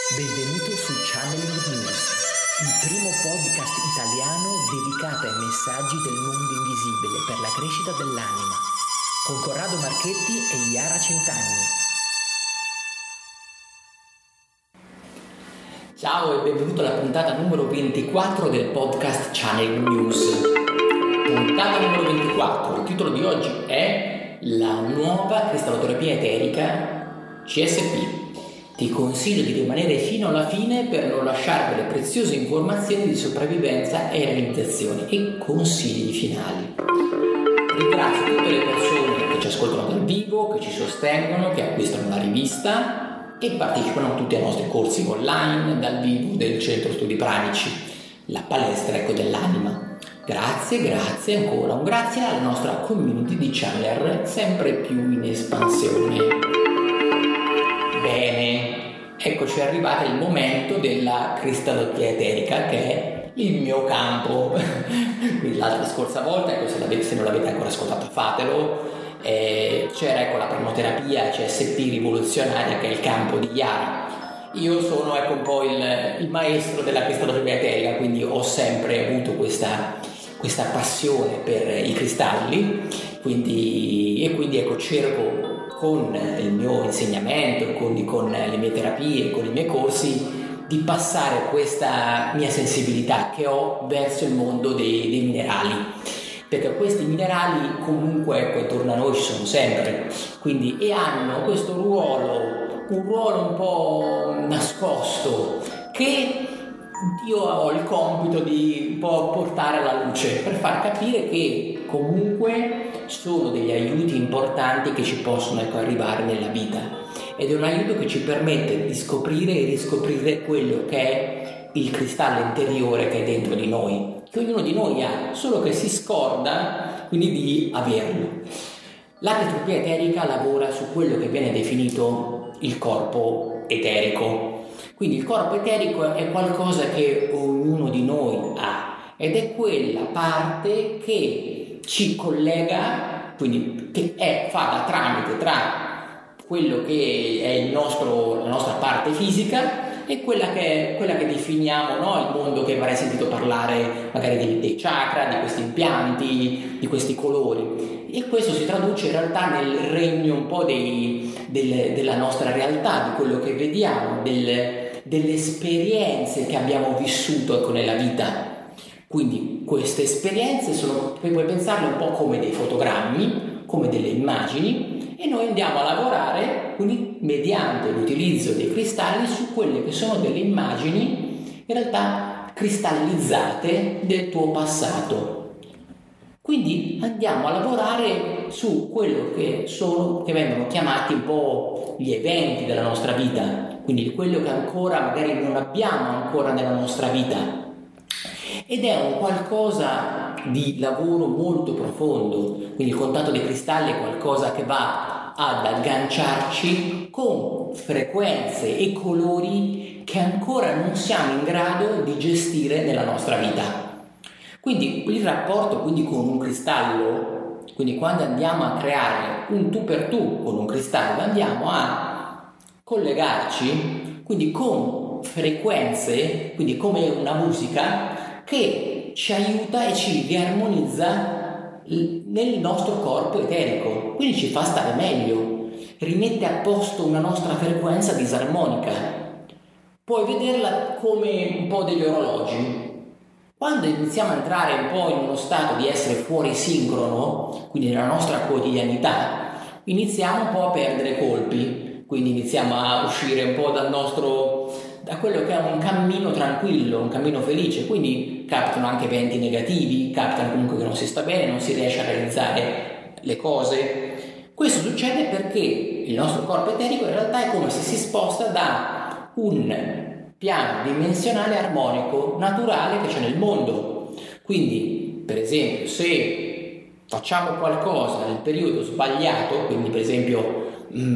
Benvenuto su Channeling News, il primo podcast italiano dedicato ai messaggi del mondo invisibile per la crescita dell'anima, con Corrado Marchetti e Yara Centanni. Ciao e benvenuto alla puntata numero 24 del podcast Channeling News. Puntata numero 24, il titolo di oggi è La nuova cristalloterapia eterica CSP. Ti consiglio di rimanere fino alla fine per non lasciare delle preziose informazioni di sopravvivenza e realizzazione e consigli finali. Ringrazio tutte le persone che ci ascoltano dal vivo, che ci sostengono, che acquistano la rivista e partecipano a tutti i nostri corsi online dal vivo del Centro Studi Pranici, la palestra dell'anima. Grazie ancora, un grazie alla nostra community di channeler sempre più in espansione. Bene, eccoci arrivati al momento della cristalloterapia eterica, che è il mio campo. Quindi la scorsa volta, se non l'avete ancora ascoltato fatelo, c'era la pranoterapia CSP rivoluzionaria, che è il campo di Yara. Io sono un po' il maestro della cristalloterapia eterica, quindi ho sempre avuto questa passione per i cristalli, quindi cerco con il mio insegnamento, con le mie terapie, con i miei corsi, di passare questa mia sensibilità che ho verso il mondo dei minerali, perché questi minerali comunque intorno a noi ci sono sempre, quindi, e hanno questo ruolo un po' nascosto, che io ho il compito di un po' portare alla luce per far capire che comunque sono degli aiuti importanti che ci possono arrivare nella vita, ed è un aiuto che ci permette di scoprire e riscoprire quello che è il cristallo interiore che è dentro di noi, che ognuno di noi ha, solo che si scorda quindi di averlo. La cristalloterapia eterica lavora su quello che viene definito il corpo eterico. Quindi il corpo eterico è qualcosa che ognuno di noi ha, ed è quella parte che ci collega, quindi che fa da tramite tra quello che è la nostra parte fisica e quella che definiamo, no? Il mondo, che avrei sentito parlare magari dei chakra, di questi impianti, di questi colori, e questo si traduce in realtà nel regno un po' della nostra realtà, di quello che vediamo, delle esperienze che abbiamo vissuto nella vita. Quindi queste esperienze puoi pensarle un po' come dei fotogrammi, come delle immagini, e noi andiamo a lavorare quindi mediante l'utilizzo dei cristalli su quelle che sono delle immagini in realtà cristallizzate del tuo passato. Quindi andiamo a lavorare su quello che vengono chiamati un po' gli eventi della nostra vita, quindi quello che ancora magari non abbiamo ancora nella nostra vita. Ed è un qualcosa di lavoro molto profondo, quindi il contatto dei cristalli è qualcosa che va ad agganciarci con frequenze e colori che ancora non siamo in grado di gestire nella nostra vita. Quindi il rapporto con un cristallo, quindi quando andiamo a creare un tu per tu con un cristallo, andiamo a collegarci quindi con frequenze, quindi come una musica che ci aiuta e ci riarmonizza nel nostro corpo eterico, quindi ci fa stare meglio, rimette a posto una nostra frequenza disarmonica. Puoi vederla come un po' degli orologi. Quando iniziamo a entrare un po' in uno stato di essere fuori sincrono, quindi nella nostra quotidianità, iniziamo un po' a perdere colpi, quindi iniziamo a uscire un po' da quello che è un cammino tranquillo, un cammino felice, quindi capitano anche eventi negativi, capitano comunque che non si sta bene, non si riesce a realizzare le cose. Questo succede perché il nostro corpo eterico in realtà è come se si sposta da un piano dimensionale armonico naturale che c'è nel mondo. Quindi, per esempio, se facciamo qualcosa nel periodo sbagliato, quindi per esempio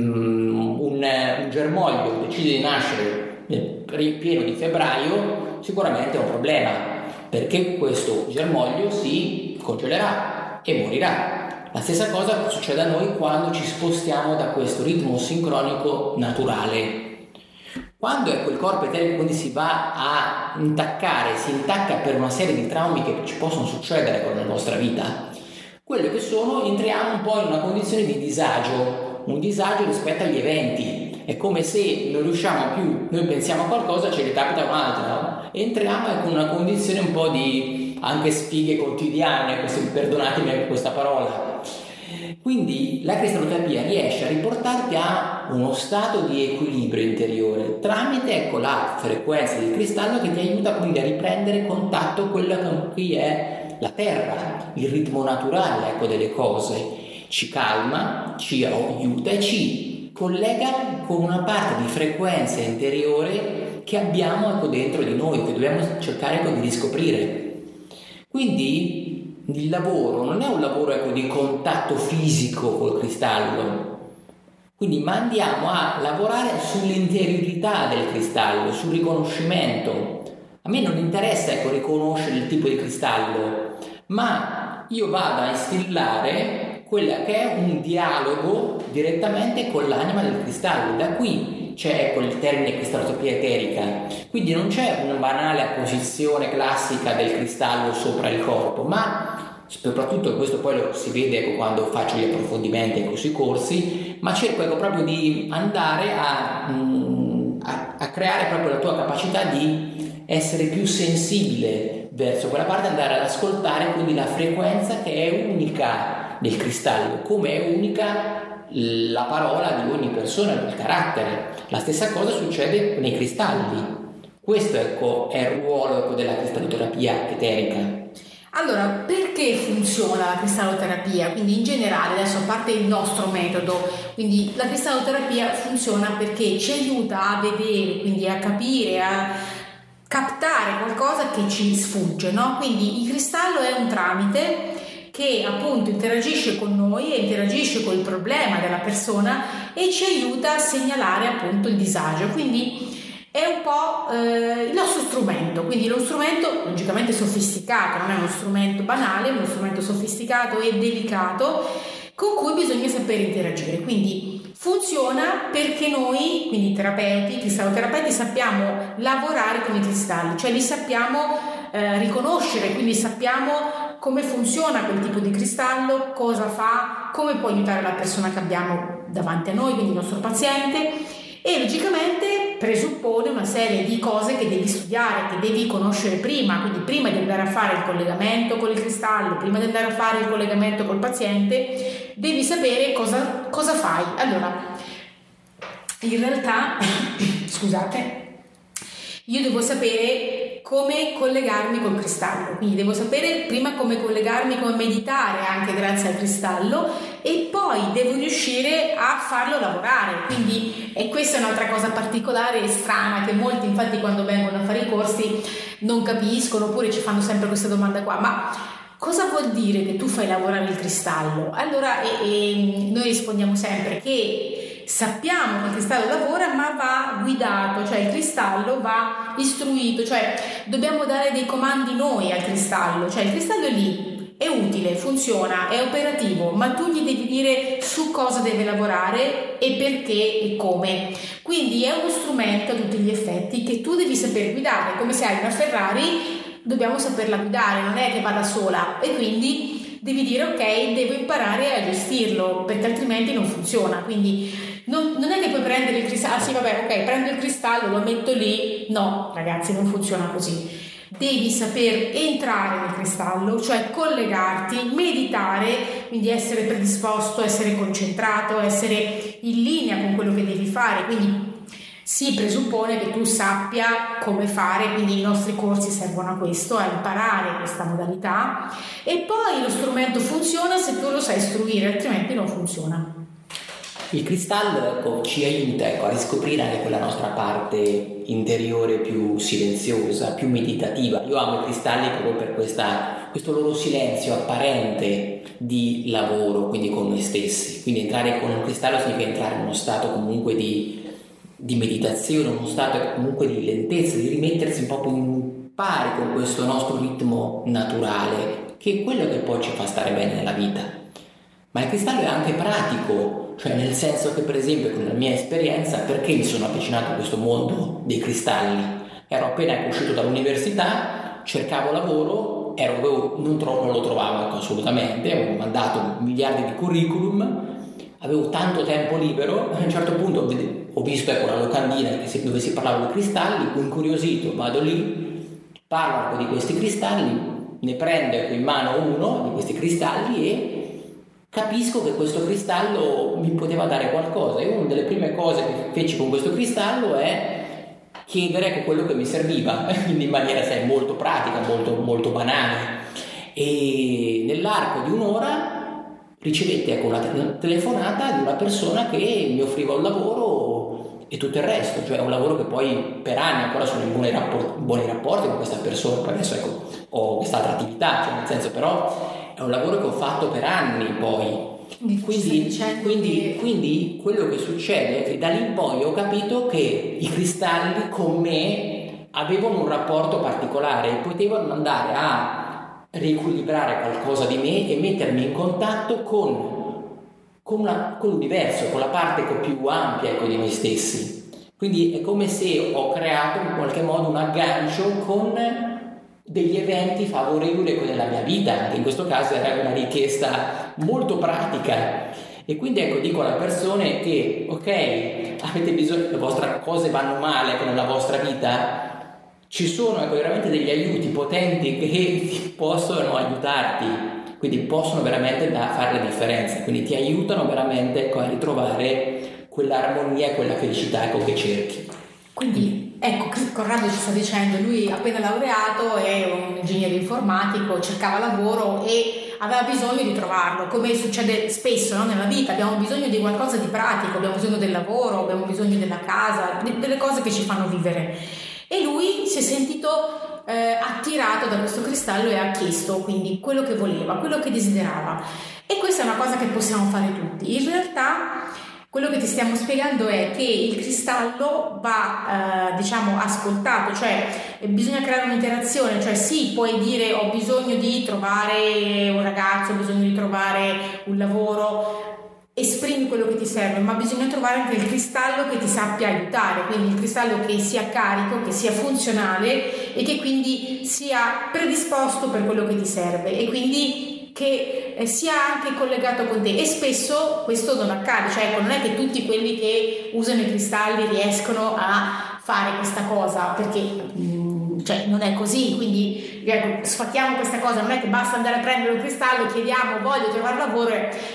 un germoglio decide di nascere nel pieno di febbraio, sicuramente è un problema, perché questo germoglio si congelerà e morirà. La stessa cosa succede a noi quando ci spostiamo da questo ritmo sincronico naturale. Quando ecco, il corpo eterico quindi si va a intaccare, si intacca per una serie di traumi che ci possono succedere con la nostra vita, quello che sono, entriamo un po' in una condizione di disagio, un disagio rispetto agli eventi. È come se non riusciamo più, noi pensiamo a qualcosa, ce ne capita un'altra, no? Entriamo ecco, in una condizione un po' di anche sfighe quotidiane, perdonatemi questa parola. Quindi la cristalloterapia riesce a riportarti a uno stato di equilibrio interiore tramite ecco, la frequenza del cristallo che ti aiuta quindi a riprendere contatto con quello con cui è la terra, il ritmo naturale ecco, delle cose. Ci calma, ci aiuta e ci collega con una parte di frequenza interiore che abbiamo ecco, dentro di noi, che dobbiamo cercare ecco, di riscoprire. Quindi il lavoro non è un lavoro ecco, di contatto fisico col cristallo, quindi ma andiamo a lavorare sull'interiorità del cristallo, sul riconoscimento. A me non interessa ecco, riconoscere il tipo di cristallo, ma io vado a instillare quella che è un dialogo direttamente con l'anima del cristallo. Da qui c'è ecco, il termine cristalloterapia eterica, quindi non c'è una banale apposizione classica del cristallo sopra il corpo, ma soprattutto questo poi lo si vede ecco, quando faccio gli approfondimenti ecco, sui corsi, ma cerco ecco, proprio di andare a creare proprio la tua capacità di essere più sensibile verso quella parte, andare ad ascoltare quindi la frequenza che è unica del cristallo, come è unica la parola di ogni persona, il carattere. La stessa cosa succede nei cristalli. Questo ecco, è il ruolo ecco, della cristalloterapia eterica. Allora, perché funziona la cristalloterapia? Quindi in generale, adesso a parte il nostro metodo, quindi la cristalloterapia funziona perché ci aiuta a vedere, quindi a capire, a captare qualcosa che ci sfugge, no? Quindi il cristallo è un tramite che appunto interagisce con noi e interagisce col problema della persona e ci aiuta a segnalare appunto il disagio. Quindi è un po' il nostro strumento, quindi lo strumento logicamente sofisticato, non è uno strumento banale, è uno strumento sofisticato e delicato con cui bisogna sapere interagire. Quindi funziona perché noi, quindi terapeuti, cristalloterapeuti, sappiamo lavorare con i cristalli, cioè li sappiamo riconoscere, quindi sappiamo come funziona quel tipo di cristallo, cosa fa, come può aiutare la persona che abbiamo davanti a noi, quindi il nostro paziente. E logicamente presuppone una serie di cose che devi studiare, che devi conoscere prima, quindi prima di andare a fare il collegamento con il cristallo, prima di andare a fare il collegamento col paziente, devi sapere cosa fai. Allora, in realtà, scusate, io devo sapere come collegarmi col cristallo, quindi devo sapere prima come collegarmi, come meditare anche grazie al cristallo e poi devo riuscire a farlo lavorare, quindi e questa è un'altra cosa particolare e strana che molti infatti quando vengono a fare i corsi non capiscono oppure ci fanno sempre questa domanda qua, ma cosa vuol dire che tu fai lavorare il cristallo? Allora noi rispondiamo sempre che sappiamo che il cristallo lavora ma va guidato, cioè il cristallo va istruito, cioè dobbiamo dare dei comandi noi al cristallo, cioè il cristallo è lì, è utile, funziona, è operativo, ma tu gli devi dire su cosa deve lavorare e perché e come. Quindi è uno strumento a tutti gli effetti che tu devi saper guidare, come se hai una Ferrari dobbiamo saperla guidare, non è che vada sola e quindi devi dire ok, devo imparare a gestirlo perché altrimenti non funziona, quindi non è che puoi prendere il cristallo, sì vabbè ok, prendo il cristallo, lo metto lì, no ragazzi non funziona così, devi saper entrare nel cristallo, cioè collegarti, meditare, quindi essere predisposto, essere concentrato, essere in linea con quello che devi fare, quindi si presuppone che tu sappia come fare, quindi i nostri corsi servono a questo, a imparare questa modalità e poi lo strumento funziona se tu lo sai istruire, altrimenti non funziona. Il cristallo ecco, ci aiuta ecco, a riscoprire anche quella nostra parte interiore più silenziosa, più meditativa. Io amo i cristalli proprio per questo loro silenzio apparente di lavoro, quindi con noi stessi. Quindi entrare con un cristallo significa entrare in uno stato comunque di meditazione, uno stato comunque di lentezza, di rimettersi un po' più in pari con questo nostro ritmo naturale, che è quello che poi ci fa stare bene nella vita. Ma il cristallo è anche pratico, cioè nel senso che per esempio con la mia esperienza, perché mi sono avvicinato a questo mondo dei cristalli? Ero appena uscito dall'università, cercavo lavoro, non lo trovavo assolutamente, avevo mandato miliardi di curriculum, avevo tanto tempo libero. A un certo punto ho visto una locandina dove si parlava di cristalli, incuriosito, vado lì, parlo di questi cristalli, ne prendo in mano uno di questi cristalli e capisco che questo cristallo mi poteva dare qualcosa, e una delle prime cose che feci con questo cristallo è chiedere quello che mi serviva, quindi in maniera molto pratica, molto, molto banale. E nell'arco di un'ora ricevetti una telefonata di una persona che mi offriva un lavoro e tutto il resto, cioè un lavoro che poi per anni ancora sono in buoni rapporti con questa persona. Poi adesso ho quest'altra attività, cioè nel senso, però è un lavoro che ho fatto per anni poi. Quindi quello che succede è che da lì in poi ho capito che i cristalli con me avevano un rapporto particolare e potevano andare a riequilibrare qualcosa di me e mettermi in contatto con l'universo, con la parte più ampia di noi stessi. Quindi è come se ho creato in qualche modo un aggancio con degli eventi favorevoli nella mia vita, che in questo caso era una richiesta molto pratica. E quindi dico alle persone che avete bisogno, le vostre cose vanno male nella vostra vita, ci sono veramente degli aiuti potenti che possono aiutarti, quindi possono veramente fare la differenza, quindi ti aiutano veramente a ritrovare quell'armonia e quella felicità che cerchi. Quindi Corrado ci sta dicendo, lui appena laureato è un ingegnere informatico, cercava lavoro e aveva bisogno di trovarlo, come succede spesso, no? Nella vita abbiamo bisogno di qualcosa di pratico, abbiamo bisogno del lavoro, abbiamo bisogno della casa, delle cose che ci fanno vivere, e lui si è sentito attirato da questo cristallo e ha chiesto quindi quello che voleva, quello che desiderava. E questa è una cosa che possiamo fare tutti. In realtà quello che ti stiamo spiegando è che il cristallo va ascoltato, cioè bisogna creare un'interazione, cioè sì, puoi dire ho bisogno di trovare un ragazzo, ho bisogno di trovare un lavoro, esprimi quello che ti serve, ma bisogna trovare anche il cristallo che ti sappia aiutare, quindi il cristallo che sia carico, che sia funzionale e che quindi sia predisposto per quello che ti serve, e quindi che sia anche collegato con te. E spesso questo non accade, cioè non è che tutti quelli che usano i cristalli riescono a fare questa cosa, perché non è così. Quindi sfattiamo questa cosa, non è che basta andare a prendere un cristallo, chiediamo voglio trovare lavoro.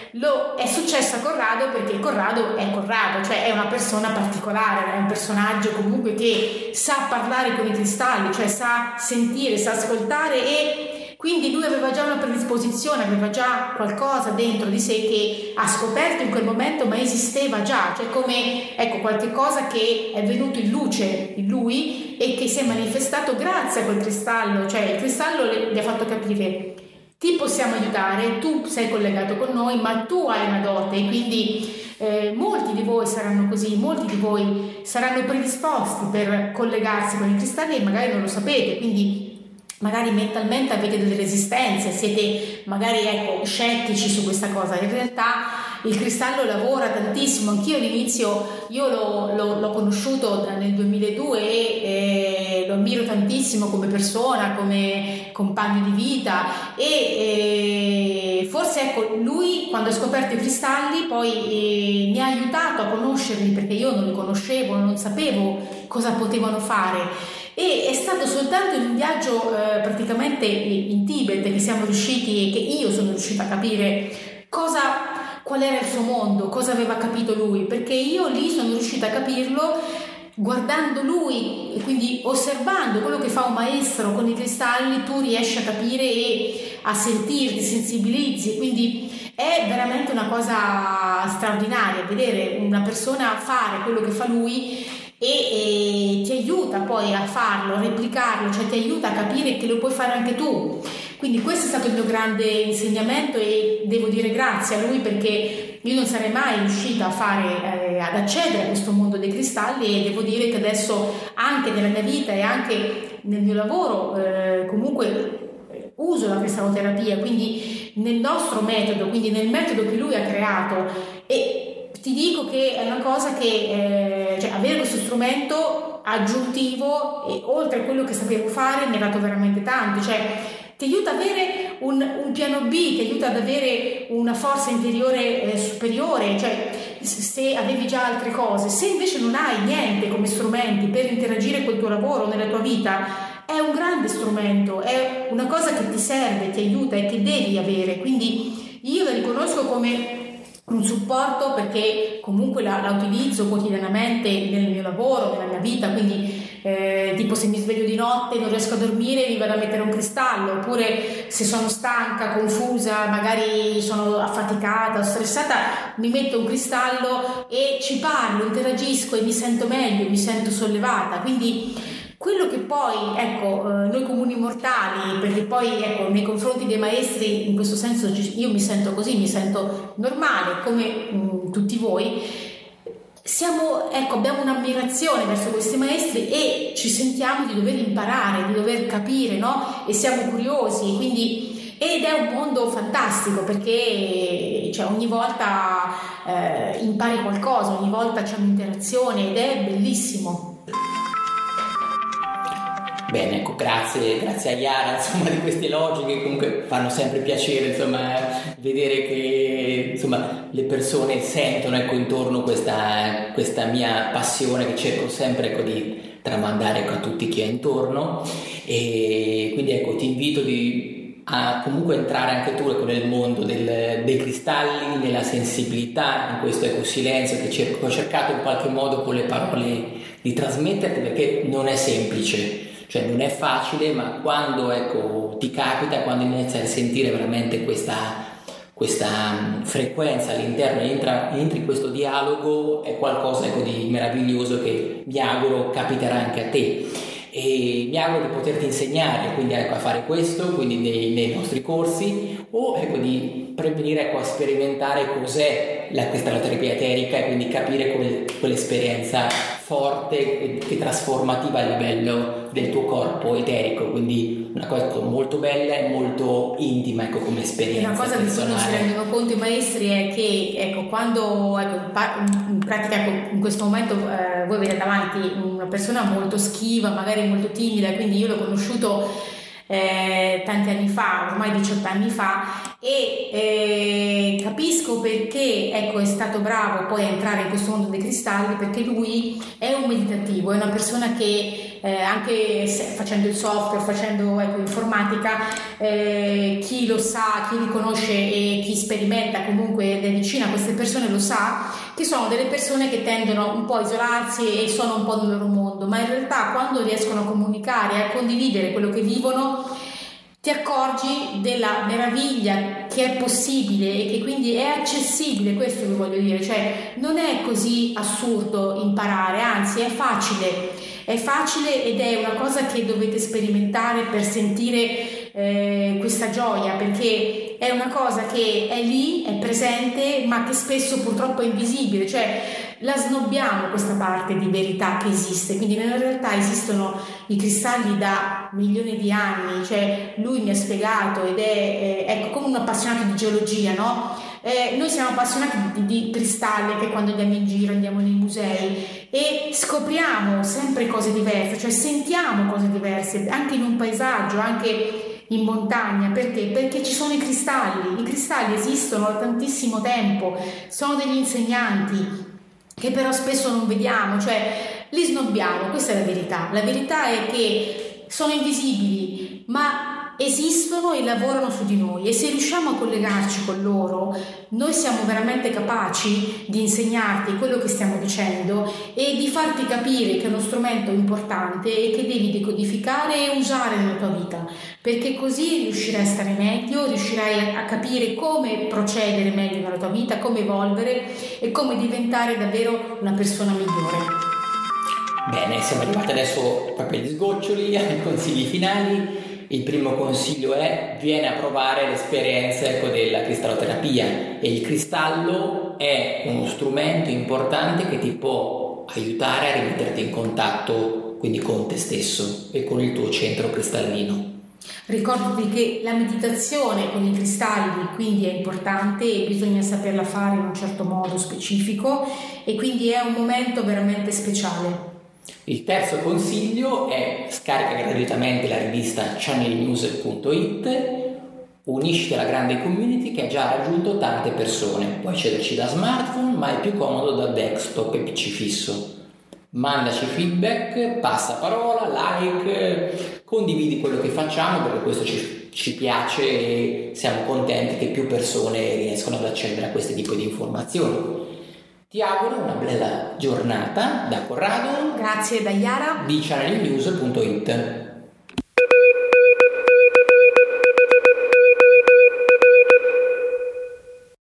È successo a Corrado perché Corrado è Corrado, cioè è una persona particolare, è un personaggio comunque che sa parlare con i cristalli, cioè sa sentire, sa ascoltare, e quindi lui aveva già una predisposizione, aveva già qualcosa dentro di sé che ha scoperto in quel momento, ma esisteva già, cioè come qualche cosa che è venuto in luce in lui e che si è manifestato grazie a quel cristallo, cioè il cristallo gli ha fatto capire ti possiamo aiutare, tu sei collegato con noi, ma tu hai una dote, e quindi molti di voi saranno così, molti di voi saranno predisposti per collegarsi con i cristalli e magari non lo sapete, quindi magari mentalmente avete delle resistenze, siete magari scettici su questa cosa. In realtà il cristallo lavora tantissimo, anch'io all'inizio l'ho conosciuto nel 2002 e lo ammiro tantissimo come persona, come compagno di vita, e forse lui quando ha scoperto i cristalli poi mi ha aiutato a conoscerli, perché io non li conoscevo, non sapevo cosa potevano fare. E è stato soltanto in un viaggio praticamente in Tibet che siamo riusciti, che io sono riuscita a capire qual era il suo mondo, cosa aveva capito lui, perché io lì sono riuscita a capirlo guardando lui, e quindi osservando quello che fa un maestro con i cristalli. Tu riesci a capire e a sentirti, sensibilizzi, quindi è veramente una cosa straordinaria vedere una persona fare quello che fa lui e ti aiuta poi a farlo, a replicarlo, cioè ti aiuta a capire che lo puoi fare anche tu. Quindi questo è stato il mio grande insegnamento e devo dire grazie a lui, perché io non sarei mai riuscita ad accedere a questo mondo dei cristalli, e devo dire che adesso anche nella mia vita e anche nel mio lavoro comunque uso la cristalloterapia, quindi nel nostro metodo, quindi nel metodo che lui ha creato, e ti dico che è una cosa che cioè avere questo strumento aggiuntivo e oltre a quello che sapevo fare mi ha dato veramente tanto, cioè ti aiuta ad avere un piano B, ti aiuta ad avere una forza interiore superiore, cioè se avevi già altre cose, se invece non hai niente come strumenti per interagire col tuo lavoro nella tua vita, è un grande strumento, è una cosa che ti serve, ti aiuta e che devi avere, quindi io la riconosco come un supporto perché comunque la utilizzo quotidianamente nel mio lavoro, nella mia vita, quindi tipo se mi sveglio di notte e non riesco a dormire mi vado a mettere un cristallo, oppure se sono stanca, confusa, magari sono affaticata o stressata, mi metto un cristallo e ci parlo, interagisco e mi sento meglio, mi sento sollevata, quindi quello che poi, ecco, noi comuni mortali, perché poi, ecco, nei confronti dei maestri, in questo senso io mi sento così, mi sento normale, come tutti voi, abbiamo un'ammirazione verso questi maestri e ci sentiamo di dover imparare, di dover capire, no? E siamo curiosi, quindi, ed è un mondo fantastico perché cioè, ogni volta impari qualcosa, ogni volta c'è un'interazione ed è bellissimo. Bene, ecco, grazie a Iara, insomma, di questi elogi che comunque fanno sempre piacere, insomma, vedere che, insomma, le persone sentono, ecco, intorno questa mia passione che cerco sempre, ecco, di tramandare, ecco, a tutti chi è intorno, e quindi, ecco, ti invito a comunque entrare anche tu, ecco, nel mondo dei cristalli, nella sensibilità, in questo, ecco, silenzio che ho cercato in qualche modo con le parole di trasmetterti, perché non è semplice. Cioè non è facile, ma quando, ecco, ti capita, quando inizi a sentire veramente questa frequenza all'interno, entri in questo dialogo, è qualcosa, ecco, di meraviglioso che mi auguro capiterà anche a te. E mi auguro di poterti insegnare, quindi, ecco, a fare questo, quindi nei nostri corsi, o, ecco, di prevenire, ecco, a sperimentare cos'è la cristalloterapia eterica e quindi capire quell'esperienza forte e trasformativa a livello del tuo corpo eterico, quindi una cosa molto bella e molto intima, ecco, come esperienza. Una cosa che non si rendono conto i maestri è che, ecco, quando, ecco, in pratica, ecco, in questo momento voi avete davanti una persona molto schiva, magari molto timida, quindi io l'ho conosciuto tanti anni fa, ormai 18 anni fa, e capisco perché, ecco, è stato bravo poi a entrare in questo mondo dei cristalli, perché lui è un meditativo, è una persona che anche facendo il software, facendo, ecco, informatica, chi lo sa, chi li conosce e chi sperimenta comunque da vicino a queste persone lo sa, che sono delle persone che tendono un po' a isolarsi e sono un po' nel loro mondo, ma in realtà quando riescono a comunicare e a condividere quello che vivono ti accorgi della meraviglia che è possibile e che quindi è accessibile, questo che voglio dire, cioè non è così assurdo imparare, anzi è facile ed è una cosa che dovete sperimentare per sentire questa gioia, perché è una cosa che è lì, è presente, ma che spesso purtroppo è invisibile, cioè la snobbiamo questa parte di verità che esiste, quindi nella realtà esistono i cristalli da milioni di anni, cioè lui mi ha spiegato ed è ecco, come un appassionato di geologia, no? Noi siamo appassionati di cristalli anche quando andiamo in giro, andiamo nei musei e scopriamo sempre cose diverse, cioè sentiamo cose diverse anche in un paesaggio, anche in montagna. Perché ci sono i cristalli esistono da tantissimo tempo, sono degli insegnanti che però spesso non vediamo, cioè li snobbiamo, questa è la verità è che sono invisibili ma esistono e lavorano su di noi, e se riusciamo a collegarci con loro noi siamo veramente capaci di insegnarti quello che stiamo dicendo e di farti capire che è uno strumento importante e che devi decodificare e usare nella tua vita, perché così riuscirai a stare meglio, riuscirai a capire come procedere meglio nella tua vita, come evolvere e come diventare davvero una persona migliore. Bene, siamo arrivati adesso proprio agli sgoccioli, ai consigli finali. Il primo consiglio è: vieni a provare l'esperienza, ecco, della cristalloterapia, e il cristallo è uno strumento importante che ti può aiutare a rimetterti in contatto quindi con te stesso e con il tuo centro cristallino. Ricordati che la meditazione con i cristalli quindi è importante e bisogna saperla fare in un certo modo specifico, e quindi è un momento veramente speciale. Il terzo consiglio è: scarica gratuitamente la rivista channelnews.it, unisciti alla grande community che ha già raggiunto tante persone. Puoi accederci da smartphone, ma è più comodo da desktop e PC fisso. Mandaci feedback, passa parola, like, condividi quello che facciamo, perché questo ci piace e siamo contenti che più persone riescano ad accedere a questo tipo di informazioni. Ti auguro una bella giornata da Corrado. Grazie da Iara di channelnews.it.